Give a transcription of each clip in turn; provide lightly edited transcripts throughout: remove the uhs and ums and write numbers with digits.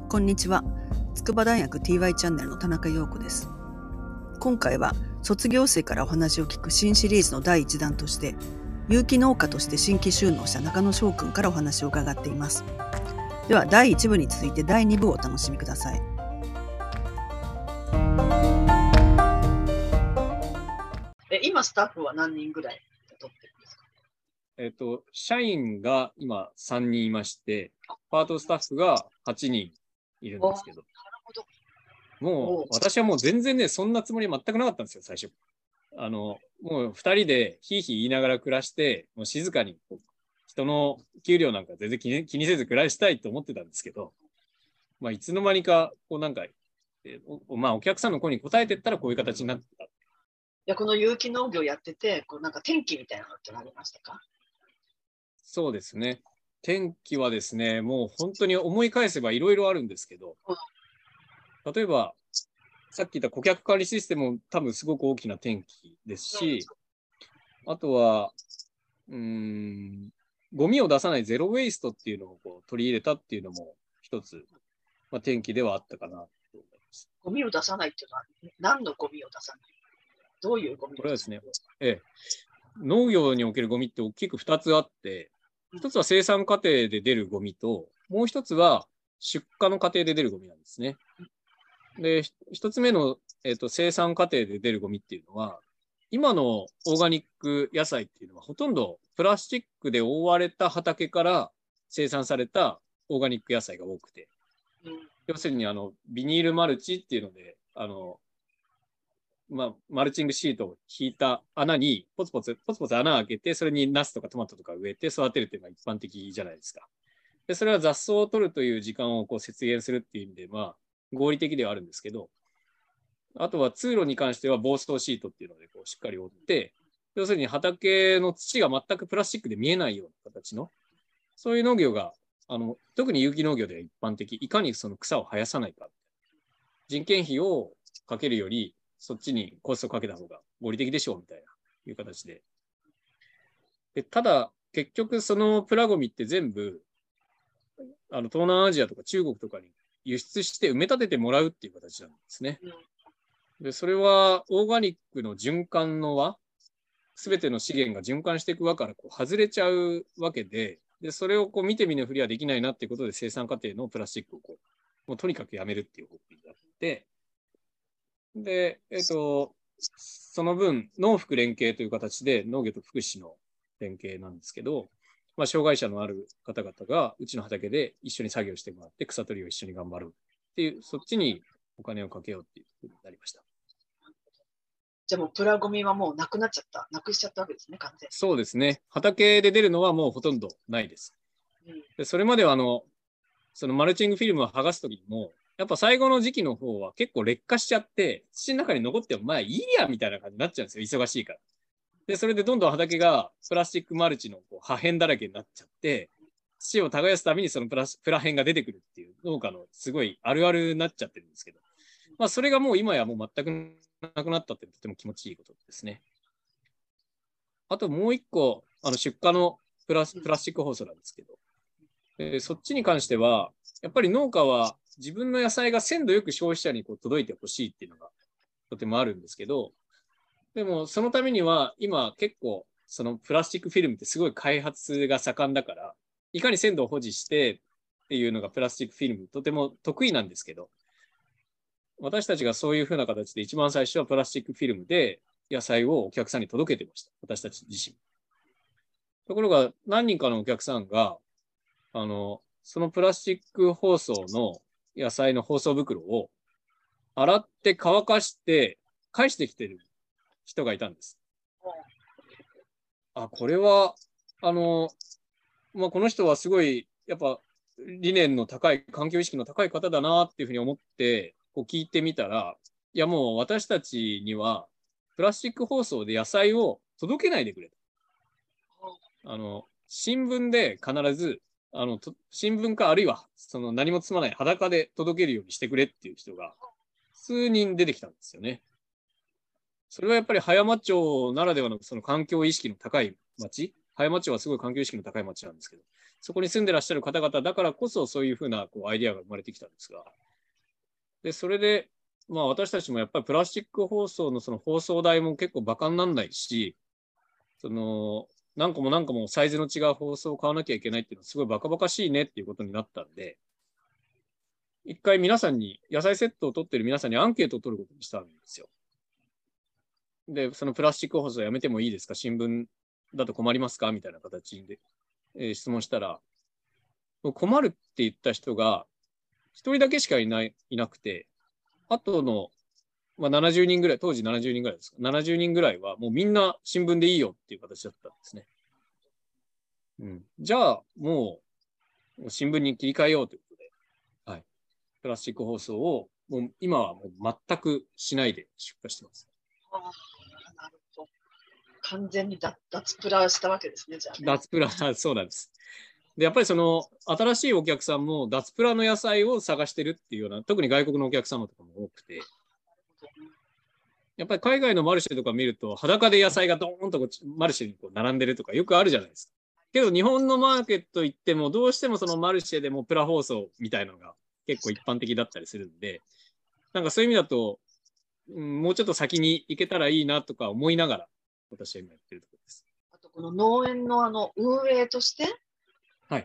こんにちは。筑波大学 TY チャンネルの田中陽子です。今回は卒業生からお話を聞く新シリーズの第1弾として、有機農家として新規就農した中野翔くんからお話を伺っています。では第1部に続いて第2部をお楽しみください。今スタッフは何人ぐらい取ってるんですか？ 社員が今3人いまして、パートスタッフが8人いるんですけど、もう私はもう全然ね、そんなつもり全くなかったんですよ、最初。もう2人でひいひい言いながら暮らして、もう静かに人の給料なんか全然気にせず暮らしたいと思ってたんですけど、いつの間にか、お客さんの声に応えていったらこういう形になってた。 いや、この有機農業やってて、なんか天気みたいなのってありましたか？ そうですね。天気はですね、もう本当に思い返せばいろいろあるんですけど、例えば、さっき言った顧客管理システムも多分すごく大きな転機ですし、あとは、ゴミを出さないゼロウェイストっていうのを取り入れたっていうのも一つ、転機ではあったかなと思います。 ゴミを出さないっていうのは何のゴミを出さない？どういうゴミを出さない？ これはですね、農業におけるゴミって大きく2つあって、一つは生産過程で出るゴミと、もう一つは出荷の過程で出るゴミなんですね。で、一つ目の、生産過程で出るゴミっていうのは、今のオーガニック野菜っていうのはほとんどプラスチックで覆われた畑から生産されたオーガニック野菜が多くて、要するにビニールマルチっていうので、マルチングシートを引いた穴にポツポツ穴を開けて、それにナスとかトマトとか植えて育てるっていうのが一般的じゃないですか。で、それは雑草を取るという時間を節減するっていう意味で、合理的ではあるんですけど、あとは通路に関しては防草シートっていうのでしっかり覆って、要するに畑の土が全くプラスチックで見えないような形の、そういう農業が、特に有機農業では一般的、いかにその草を生やさないか。人件費をかけるより、そっちにコストをかけた方が合理的でしょうみたいないう形で。ただ、結局そのプラゴミって全部、東南アジアとか中国とかに輸出して埋め立ててもらうっていう形なんですね。で、それはオーガニックの循環の輪、すべての資源が循環していく輪から外れちゃうわけで、それを見て見ぬふりはできないなっていうことで生産過程のプラスチックをもうとにかくやめるっていう方向になって、で、その分、農福連携という形で農業と福祉の連携なんですけど、障害者のある方々がうちの畑で一緒に作業してもらって草取りを一緒に頑張るっていう、そっちにお金をかけようっていうふうになりました。 じゃあもうプラゴミはもうなくなっちゃった、なくしちゃったわけですね、完全に。 そうですね。畑で出るのはもうほとんどないです。でそれまではそのマルチングフィルムを剥がすときにも、やっぱ最後の時期の方は結構劣化しちゃって、土の中に残ってもいいやみたいな感じになっちゃうんですよ、忙しいから。で、それでどんどん畑がプラスチックマルチの破片だらけになっちゃって、土を耕すためにそのプラ片が出てくるっていう農家のすごいあるあるになっちゃってるんですけど、それがもう今やもう全くなくなったってとても気持ちいいことですね。あともう一個、出荷のプラスチック包装なんですけど、そっちに関しては、やっぱり農家は自分の野菜が鮮度よく消費者に届いてほしいっていうのがとてもあるんですけど、でもそのためには今結構そのプラスチックフィルムってすごい開発が盛んだから、いかに鮮度を保持してっていうのがプラスチックフィルムとても得意なんですけど、私たちがそういうふうな形で一番最初はプラスチックフィルムで野菜をお客さんに届けてました。私たち自身。ところが何人かのお客さんが、そのプラスチック包装の野菜の包装袋を洗って乾かして返してきてる人がいたんです。これは、この人はすごい、やっぱ理念の高い、環境意識の高い方だなっていうふうに思って、聞いてみたら、いやもう私たちにはプラスチック包装で野菜を届けないでくれと。新聞で必ず新聞かあるいはその何も積まない裸で届けるようにしてくれっていう人が数人出てきたんですよね。それはやっぱり葉山町ならではのその環境意識の高い町、葉山町はすごい環境意識の高い町なんですけど、 そこに住んでらっしゃる方々だからこそ、そういうふうなアイデアが生まれてきたんですが、で、それで、まあ私たちもやっぱりプラスチック包装のその包装代も結構バカにならないし、何個も何個もサイズの違う包装を買わなきゃいけないっていうのはすごいバカバカしいねっていうことになったんで、一回皆さんに、野菜セットを取ってる皆さんにアンケートを取ることにしたんですよ。で、そのプラスチック包装やめてもいいですか、新聞だと困りますかみたいな形で、質問したら、困るって言った人が一人だけしかいなくて、あとの、まあ、70人ぐらい、当時70人ぐらいですか、70人ぐらいはもうみんな新聞でいいよっていう形だったんですね。じゃあ、もう新聞に切り替えようということで、はい、プラスチック包装をもう今はもう全くしないで出荷してます。 なるほど。完全に脱プラしたわけですね、じゃあ、ね。 脱プラ、そうなんです。で、やっぱりその新しいお客さんも脱プラの野菜を探してるっていうような、特に外国のお客様とかも多くて、やっぱり海外のマルシェとか見ると、裸で野菜がドーンとマルシェに並んでるとかよくあるじゃないですか。けど日本のマーケット行っても、どうしてもそのマルシェでもプラ包装みたいなのが結構一般的だったりするんで、なんかそういう意味だと、もうちょっと先に行けたらいいなとか思いながら、私は今やってるところです。 あとこの農園の運営として、 はい。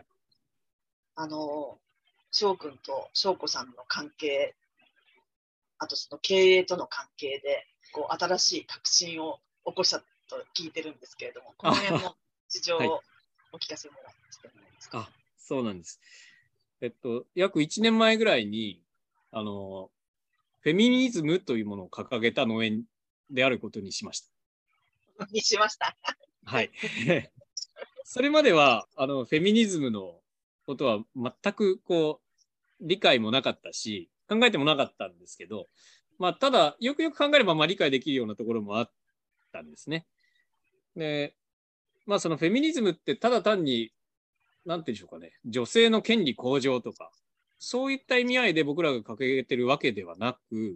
翔くんと翔子さんの関係、あとその経営との関係で、新しい革新を起こしたと聞いてるんですけれども、この辺の事情をお聞かせもらってもいいですか。 そうなんです。約1年前ぐらいに、フェミニズムというものを掲げた農園であることにしました。はい。それまでは、フェミニズムのことは全く理解もなかったし、考えてもなかったんですけど、まあ、ただ、よくよく考えれば、理解できるようなところもあったんですね。で、まあ、そのフェミニズムってただ単に、なんていうんでしょうかね、女性の権利向上とか、そういった意味合いで僕らが掲げてるわけではなく、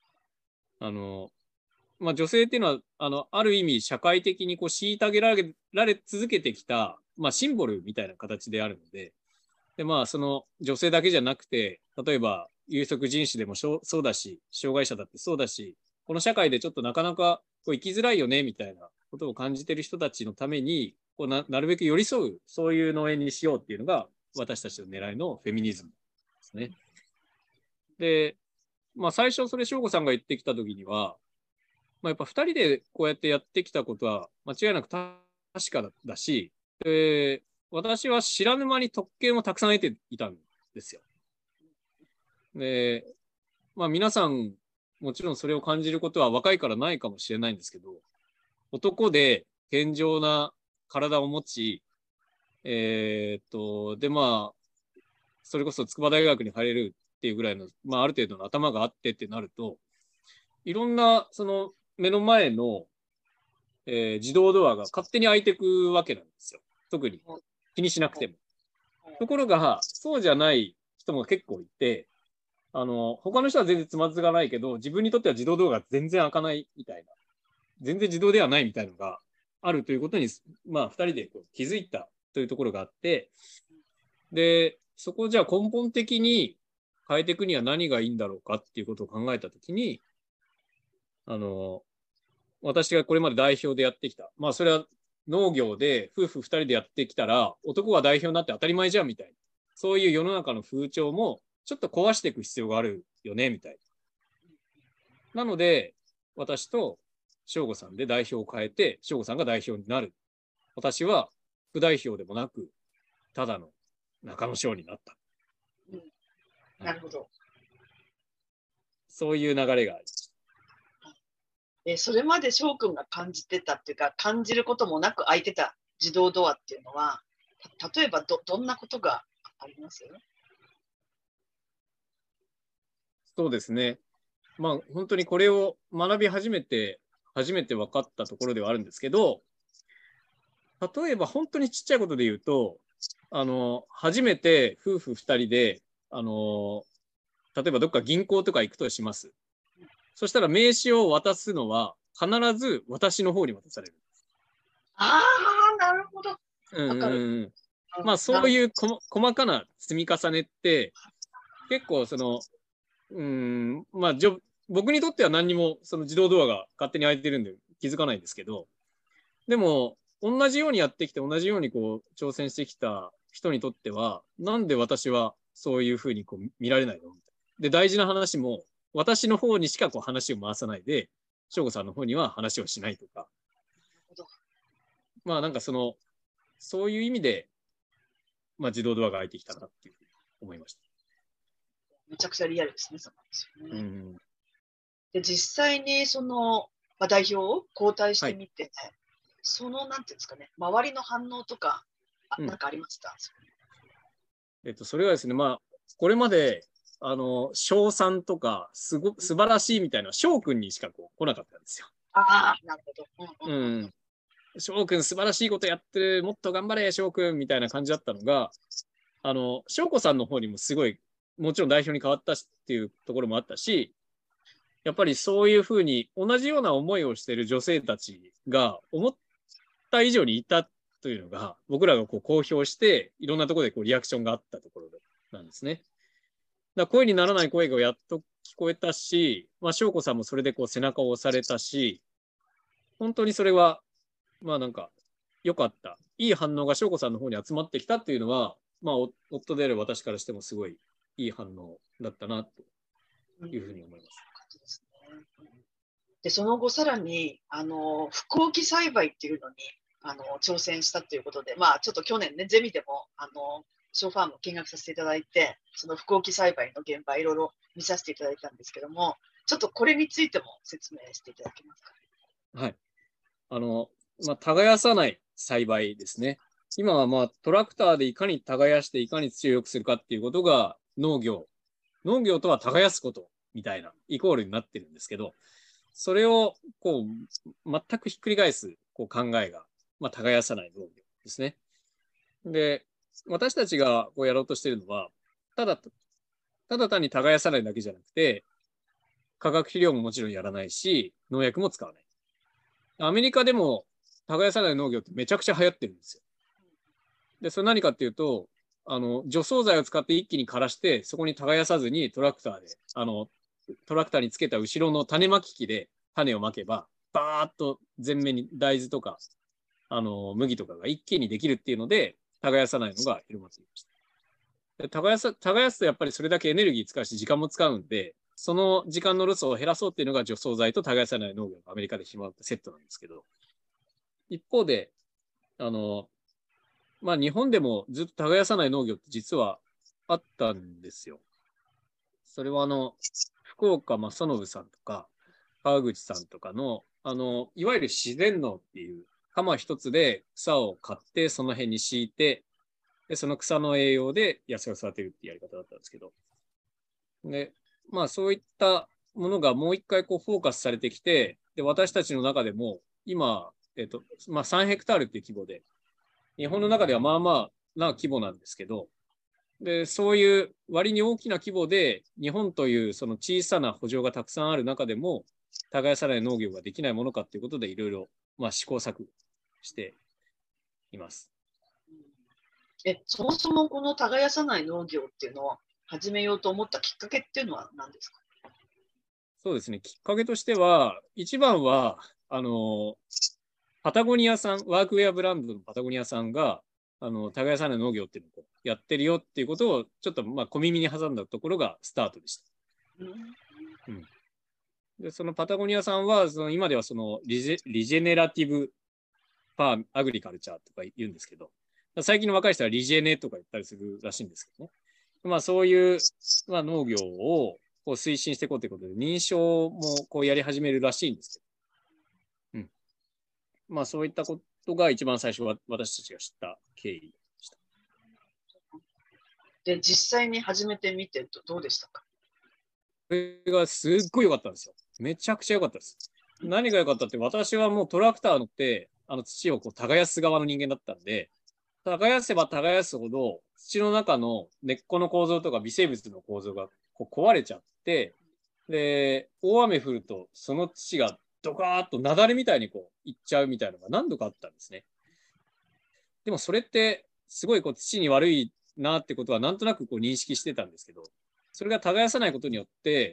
まあ、女性っていうのは、ある意味社会的に虐げられ続けてきた、まあ、シンボルみたいな形であるので、で、まあ、その女性だけじゃなくて、例えば有色人種でもそうだし、障害者だってそうだし、この社会でちょっとなかなか生きづらいよね、みたいなことを感じている人たちのために、なるべく寄り添う、そういう農園にしようっていうのが、私たちの狙いのフェミニズムですね。で、まあ、最初それ翔子さんが言ってきた時には、まあ、やっぱ2人でこうやってやってきたことは間違いなく確かだし、私は知らぬ間に特権をたくさん得ていたんですよ。で、まあ皆さんもちろんそれを感じることは若いからないかもしれないんですけど、男で健常な体を持ち、でまあ、それこそ筑波大学に入れるっていうぐらいの、まあある程度の頭があってってなると、いろんなその目の前の、自動ドアが勝手に開いていくわけなんですよ。特に気にしなくても。ところが、そうじゃない人も結構いて、他の人は全然つまずかないけど、自分にとっては自動ドアが全然開かないみたいな、全然自動ではないみたいなのがあるということに、まあ、2人で気づいたというところがあって、で、そこをじゃあ根本的に変えていくには何がいいんだろうかっていうことを考えたときに、私がこれまで代表でやってきた。まあ、それは農業で夫婦2人でやってきたら、男が代表になって当たり前じゃんみたいな。そういう世の中の風潮もちょっと壊していく必要があるよね、みたいな。なので、私と翔吾さんで代表を変えて、翔吾さんが代表になる。私は副代表でもなく、ただの中野翔になった。 なるほど。 そういう流れがありました。 それまで翔くんが感じてたっていうか、感じることもなく開いてた自動ドアっていうのは、例えばどんなことがあります？ そうですね。まあ本当にこれを学び初めて分かったところではあるんですけど、例えば本当にちっちゃいことで言うと、初めて夫婦2人で、例えばどっか銀行とか行くとします。そしたら名刺を渡すのは必ず私の方に渡される。 ああ、なるほど。わかる。 まあそういう細かな積み重ねって結構まあ僕にとっては何にもその自動ドアが勝手に開いてるんで気づかないんですけど、でも同じようにやってきて同じようにこう挑戦してきた人にとってはなんで私はそういうふうにこう見られないので、大事な話も私の方にしかこう話を回さないで省吾さんの方には話をしないとか、まあなんかそういう意味で、まあ、自動ドアが開いてきたなっていうふうに思いました。 めちゃくちゃリアルですね、そうなんですよね。で、実際に代表を交代してみて、なんていうんですかね、周りの反応とか、なんかありました？ それはですね、まあ、これまで、賞賛とか、素晴らしいみたいな、翔くんにしかこう来なかったんですよ。 ああ、なるほど。翔くん素晴らしいことやってる、もっと頑張れ、翔くんみたいな感じだったのが、翔子さんの方にもすごい、もちろん代表に変わったっていうところもあったし、やっぱりそういうふうに同じような思いをしている女性たちが思った以上にいたというのが、僕らがこう公表して、いろんなところでこうリアクションがあったところなんですね。だ声にならない声がやっと聞こえたし、まあ、翔子さんもそれでこう背中を押されたし、本当にそれは、まあなんか、良かった。いい反応が翔子さんの方に集まってきたっていうのは、まあ、夫である私からしてもすごいいい反応だったな、というふうに思います。 で、その後さらに、不耕起栽培っていうのに、挑戦したということで、まあ、ちょっと去年ね、ゼミでも、ショーファームを見学させていただいて、その不耕起栽培の現場、いろいろ見させていただいたんですけども、ちょっとこれについても説明していただけますか？ はい。まあ、耕さない栽培ですね。今はまあトラクターでいかに耕していかに土を良くするかっていうことが農業とは耕すことみたいなイコールになってるんですけど、それをこう全くひっくり返すこう考えが、まあ、耕さない農業ですね。で、私たちがこうやろうとしているのは、ただ単に耕さないだけじゃなくて、化学肥料ももちろんやらないし、農薬も使わない。アメリカでも耕さない農業ってめちゃくちゃ流行ってるんですよ。で、それ何かっていうと、除草剤を使って一気に枯らして、そこに耕さずにトラクターで、トラクターにつけた後ろの種まき機で種をまけば、バーッと全面に大豆とか、麦とかが一気にできるっていうので、耕さないのが広まっていました。耕すとやっぱりそれだけエネルギー使うし、時間も使うんで、その時間のロスを減らそうっていうのが除草剤と耕さない農業がアメリカで広まったセットなんですけど、一方で、まあ日本でもずっと耕さない農業って実はあったんですよ。それは福岡正信さんとか、川口さんとかの、いわゆる自然農っていう、鎌一つで草を刈って、その辺に敷いて、で、その草の栄養で野菜を育てるっていうやり方だったんですけど、で、まあそういったものがもう一回こうフォーカスされてきて、で、私たちの中でも今、まあ3ヘクタールっていう規模で、日本の中ではまあまあな規模なんですけど、で、そういう割に大きな規模で、日本というその小さな補助がたくさんある中でも、耕さない農業ができないものかということで、いろいろまあ試行錯誤しています。 そもそもこの耕さない農業っていうのを始めようと思ったきっかけっていうのは何ですか？ そうですね、きっかけとしては、一番は、パタゴニアさん、ワークウェアブランドのパタゴニアさんが、耕さない農業っていうのをやってるよっていうことを、ちょっとまあ小耳に挟んだところがスタートでした。で、そのパタゴニアさんは、今ではそのリジェネラティブアグリカルチャーとか言うんですけど、最近の若い人はリジェネとか言ったりするらしいんですけどね。まあそういう、まあ、農業をこう推進していこうということで、認証もこうやり始めるらしいんですけど、まあそういったことが一番最初は私たちが知った経緯でした。 で、実際に始めてみてどうでしたか？ それがすっごい良かったんですよ。めちゃくちゃ良かったです。何が良かったって、私はもうトラクター乗って、土をこう耕す側の人間だったんで、耕せば耕すほど、土の中の根っこの構造とか微生物の構造がこう壊れちゃって、で、大雨降ると、その土がドカーッと雪崩みたいにこういっちゃうみたいなのが何度かあったんですね。でもそれって、 すごいこう土に悪いなってことはなんとなくこう認識してたんですけど、それが耕さないことによって、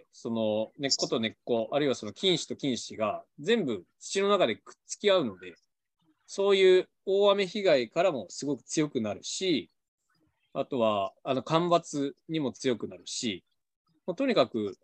その根っこと根っこ、あるいはその菌糸と菌糸が全部土の中でくっつき合うので、そういう大雨被害からもすごく強くなるし、あとは干ばつにも強くなるし、もうとにかく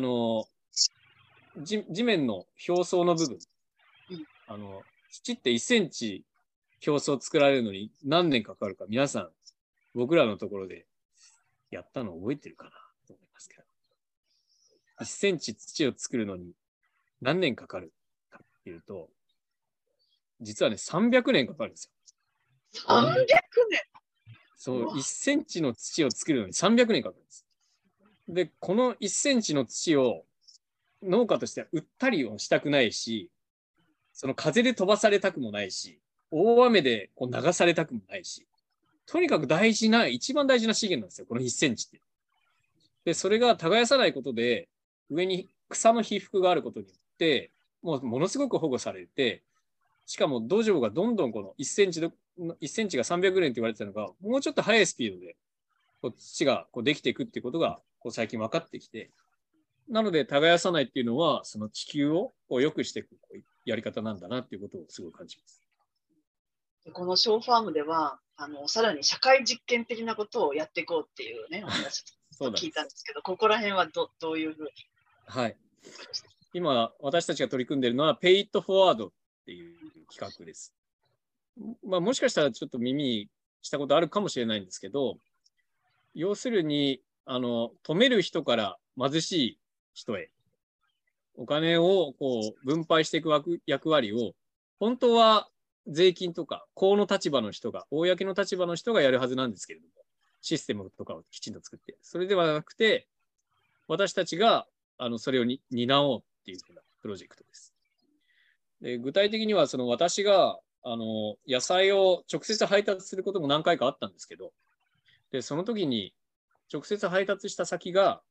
地面の表層の部分、土って1センチ表層作られるのに何年かかるか、皆さん僕らのところでやったの覚えてるかなと思いますけど、1センチ土を作るのに何年かかるかっていうと、実はね、300年かかるんですよ。 300年。 そう、1センチの土を作るのに300年かかるんです。で、この1センチの土を農家としては売ったりをしたくないし、その風で飛ばされたくもないし、大雨でこう流されたくもないし、とにかく一番大事な資源なんですよ、この1センチって。で、それが耕さないことで、上に草の被覆があることによって、ものすごく保護されて、しかも土壌がどんどんこの1センチが300年って言われてたのが、もうちょっと速いスピードでこう土がこうできていくっていうことがこう最近分かってきて、なので耕さないっていうのは、その地球をこう良くしていくやり方なんだなっていうことをすごい感じます。 このショーファームではさらに社会実験的なことをやっていこうっていうね、お話を聞いたんですけど、ここら辺はどういうふうに。 はい。今、私たちが取り組んでいるのは、Pay It Forward っていう企画です。もしかしたらちょっと耳にしたことあるかもしれないんですけど、要するに、止める人から貧しい人へ、お金をこう分配していく役割を、本当は税金とか公の立場の人が、公の立場の人がやるはずなんですけれども、システムとかをきちんと作って、それではなくて、私たちがそれを担おうっていうふうなプロジェクトです。で、具体的には私が野菜を直接配達することも何回かあったんですけど、で、その時に直接配達した先が、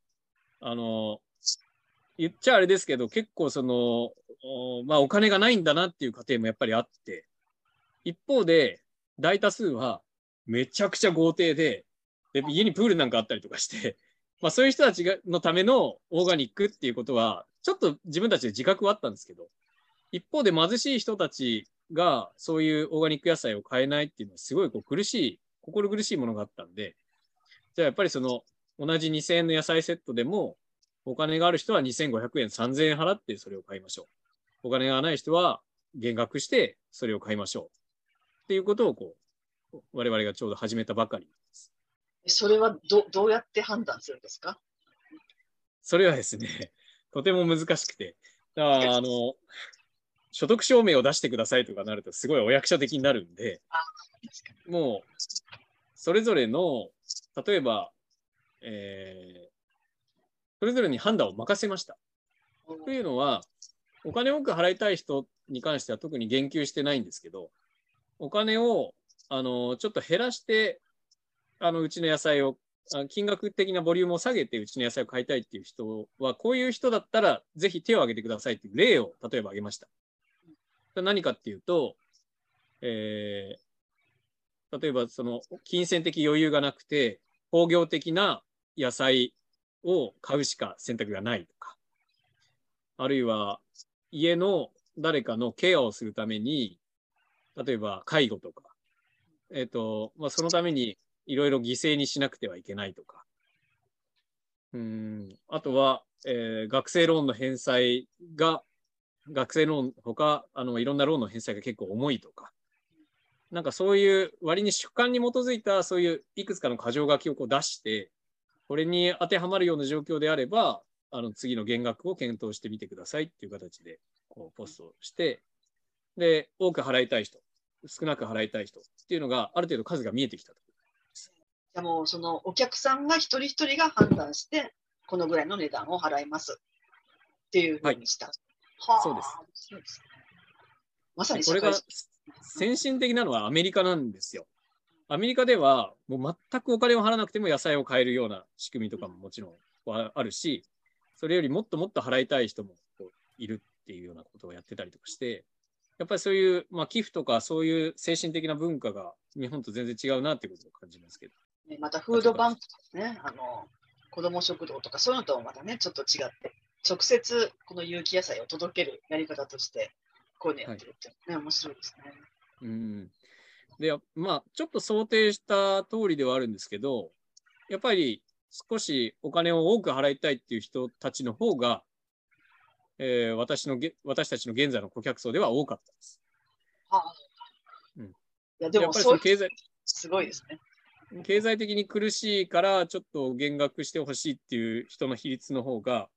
言っちゃあれですけど、結構お金がないんだなっていう家庭もやっぱりあって、一方で大多数はめちゃくちゃ豪邸で、家にプールなんかあったりとかして、そういう人たちのためのオーガニックっていうことは、ちょっと自分たちで自覚はあったんですけど、一方で貧しい人たちがそういうオーガニック野菜を買えないっていうのはすごい心苦しいものがあったんで、じゃあやっぱり同じ2000円の野菜セットでも、お金がある人は2500円、3000円払ってそれを買いましょう。お金がない人は減額してそれを買いましょう。っていうことを我々がちょうど始めたばかりです。 それはどうやって判断するんですか？ それはですね、とても難しくて、所得証明を出してくださいとかなるとすごいお役所的になるんで、もうそれぞれの、例えば、それぞれに判断を任せました。というのは、お金を多く払いたい人に関しては特に言及してないんですけど、お金をちょっと減らして、うちの野菜を、金額的なボリュームを下げてうちの野菜を買いたいっていう人は、こういう人だったらぜひ手を挙げてくださいっていう例を例えば挙げました。何かっていうと、例えば金銭的余裕がなくて工業的な野菜を買うしか選択がないとか、あるいは家の誰かのケアをするために、例えば介護とか、そのためにいろいろ犠牲にしなくてはいけないとか、あとは、学生ローンの返済が、学生ローンほかいろんなローンの返済が結構重いとか、なんかそういう割に主観に基づいたそういういくつかの箇条書きを出して、これに当てはまるような状況であれば、次の減額を検討してみてくださいっていう形でポストして、で、多く払いたい人、少なく払いたい人っていうのがある程度数が見えてきたと。 じゃあもうお客さんが一人一人が判断して、このぐらいの値段を払いますっていうふうにした。 はい、そうです。 まさにこれが先進的なのはアメリカなんですよ。アメリカではもう全くお金を払わなくても野菜を買えるような仕組みとかももちろんはあるし、それよりもっともっと払いたい人もいるっていうようなことをやってたりとかして、 やっぱりそういう、寄付とかそういう精神的な文化が日本と全然違うなっていうことを感じますけど。 またフードバンクですね、子ども食堂とかそういうのとはまたね、ちょっと違って、直接この有機野菜を届けるやり方として、こういうのやってるってね、面白いですね。 で、ちょっと想定した通りではあるんですけど、やっぱり少しお金を多く払いたいっていう人たちの方が、私たちの現在の顧客層では多かったです。 いやでもそういう経済すごいですね。 経済的に苦しいからちょっと減額してほしいっていう人の比率の方が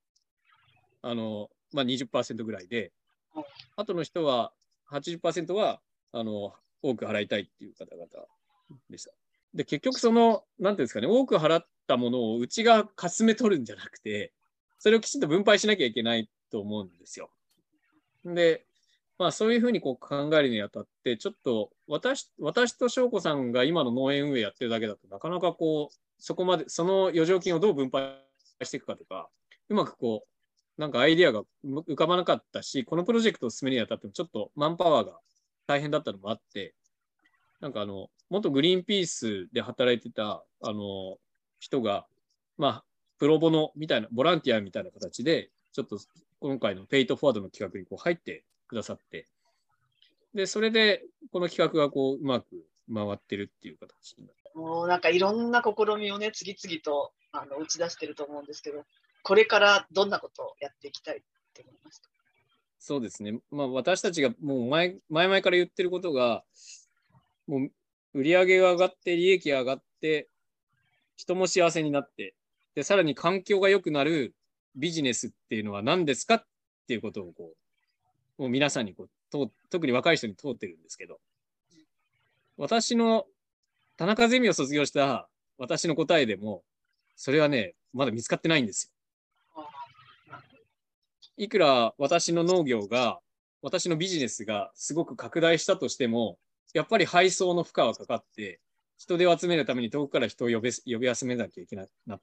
20% ぐらいで、あとの人は 80% は多く払いたいっていう方々でした。で結局なんていうんですかね、多く払ったものをうちがかすめ取るんじゃなくて、それをきちんと分配しなきゃいけないと思うんですよ。で、そういうふうに考えるにあたって、ちょっと私と翔子さんが今の農園運営やってるだけだとなかなかそこまでその余剰金をどう分配していくかとか、うまくなんかアイデアが浮かばなかったし、このプロジェクトを進めるにあたってもちょっとマンパワーが大変だったのもあって、なんか元グリーンピースで働いてた人がプロボノみたいなボランティアみたいな形でちょっと今回のペイトフォワードの企画に入ってくださって、でそれでこの企画がうまく回ってるっていう形になって、 もうなんかいろんな試みをね次々と打ち出してると思うんですけど、これからどんなことをやっていきたいって思いますか？ そうですね、私たちがもう前々から言ってることが、もう売り上げが上がって利益が上がって人も幸せになって、でさらに環境が良くなるビジネスっていうのは何ですかっていうことをもう皆さんに特に若い人に問うてるんですけど、私の田中ゼミを卒業した私の答えでもそれはねまだ見つかってないんですよ。いくら私の農業が私のビジネスがすごく拡大したとしても、やっぱり配送の負荷はかかって人手を集めるために遠くから人を呼び集めなきゃいけなくなって、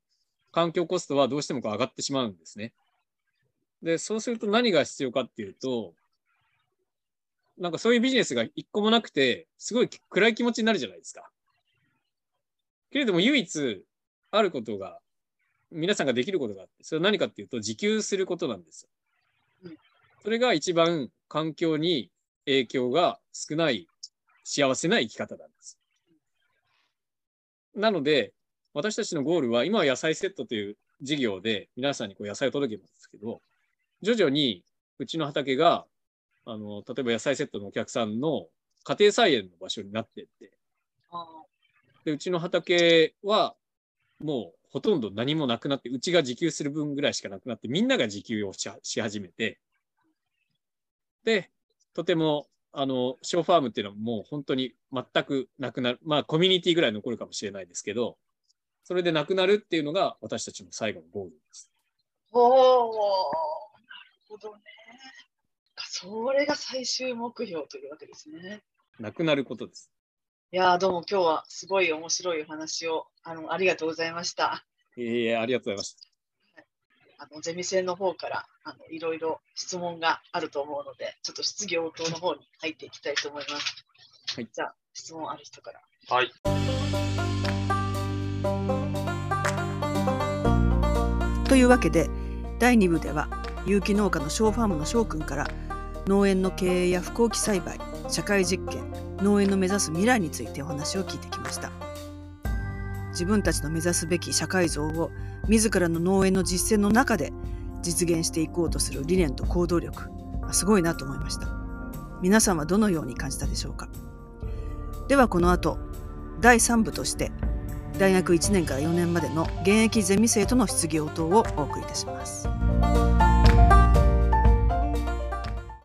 環境コストはどうしても上がってしまうんですね。でそうすると何が必要かっていうと、なんかそういうビジネスが一個もなくてすごい暗い気持ちになるじゃないですか。けれども唯一あることが、皆さんができることがあって、それは何かっていうと自給することなんですよ。それが一番環境に影響が少ない幸せな生き方なんです。なので私たちのゴールは、今は野菜セットという事業で皆さんに野菜を届けますけど、徐々にうちの畑が例えば野菜セットのお客さんの家庭菜園の場所になっていって、でうちの畑はもうほとんど何もなくなって、うちが自給する分ぐらいしかなくなって、みんなが自給をし始めて、でとても小ファームっていうのはもう本当に全くなくなる、コミュニティぐらい残るかもしれないですけど、それでなくなるっていうのが私たちの最後のゴールです。 おお、なるほどね。それが最終目標というわけですね。 なくなることです。 いやどうも今日はすごい面白いお話をありがとうございました。 ありがとうございました。 ゼミ生の方からいろいろ質問があると思うので、ちょっと質疑応答の方に入っていきたいと思います。 はい、 じゃあ質問ある人から。 はい。 というわけで第2部では有機農家の小ファームの翔くんから農園の経営や不耕起栽培、社会実験、農園の目指す未来についてお話を聞いてきました。自分たちの目指すべき社会像を自らの農園の実践の中で実現していこうとする理念と行動力、すごいなと思いました。皆さんはどのように感じたでしょうか。ではこの後第3部として大学1年から4年までの現役ゼミ生との質疑応答をお送りいたします。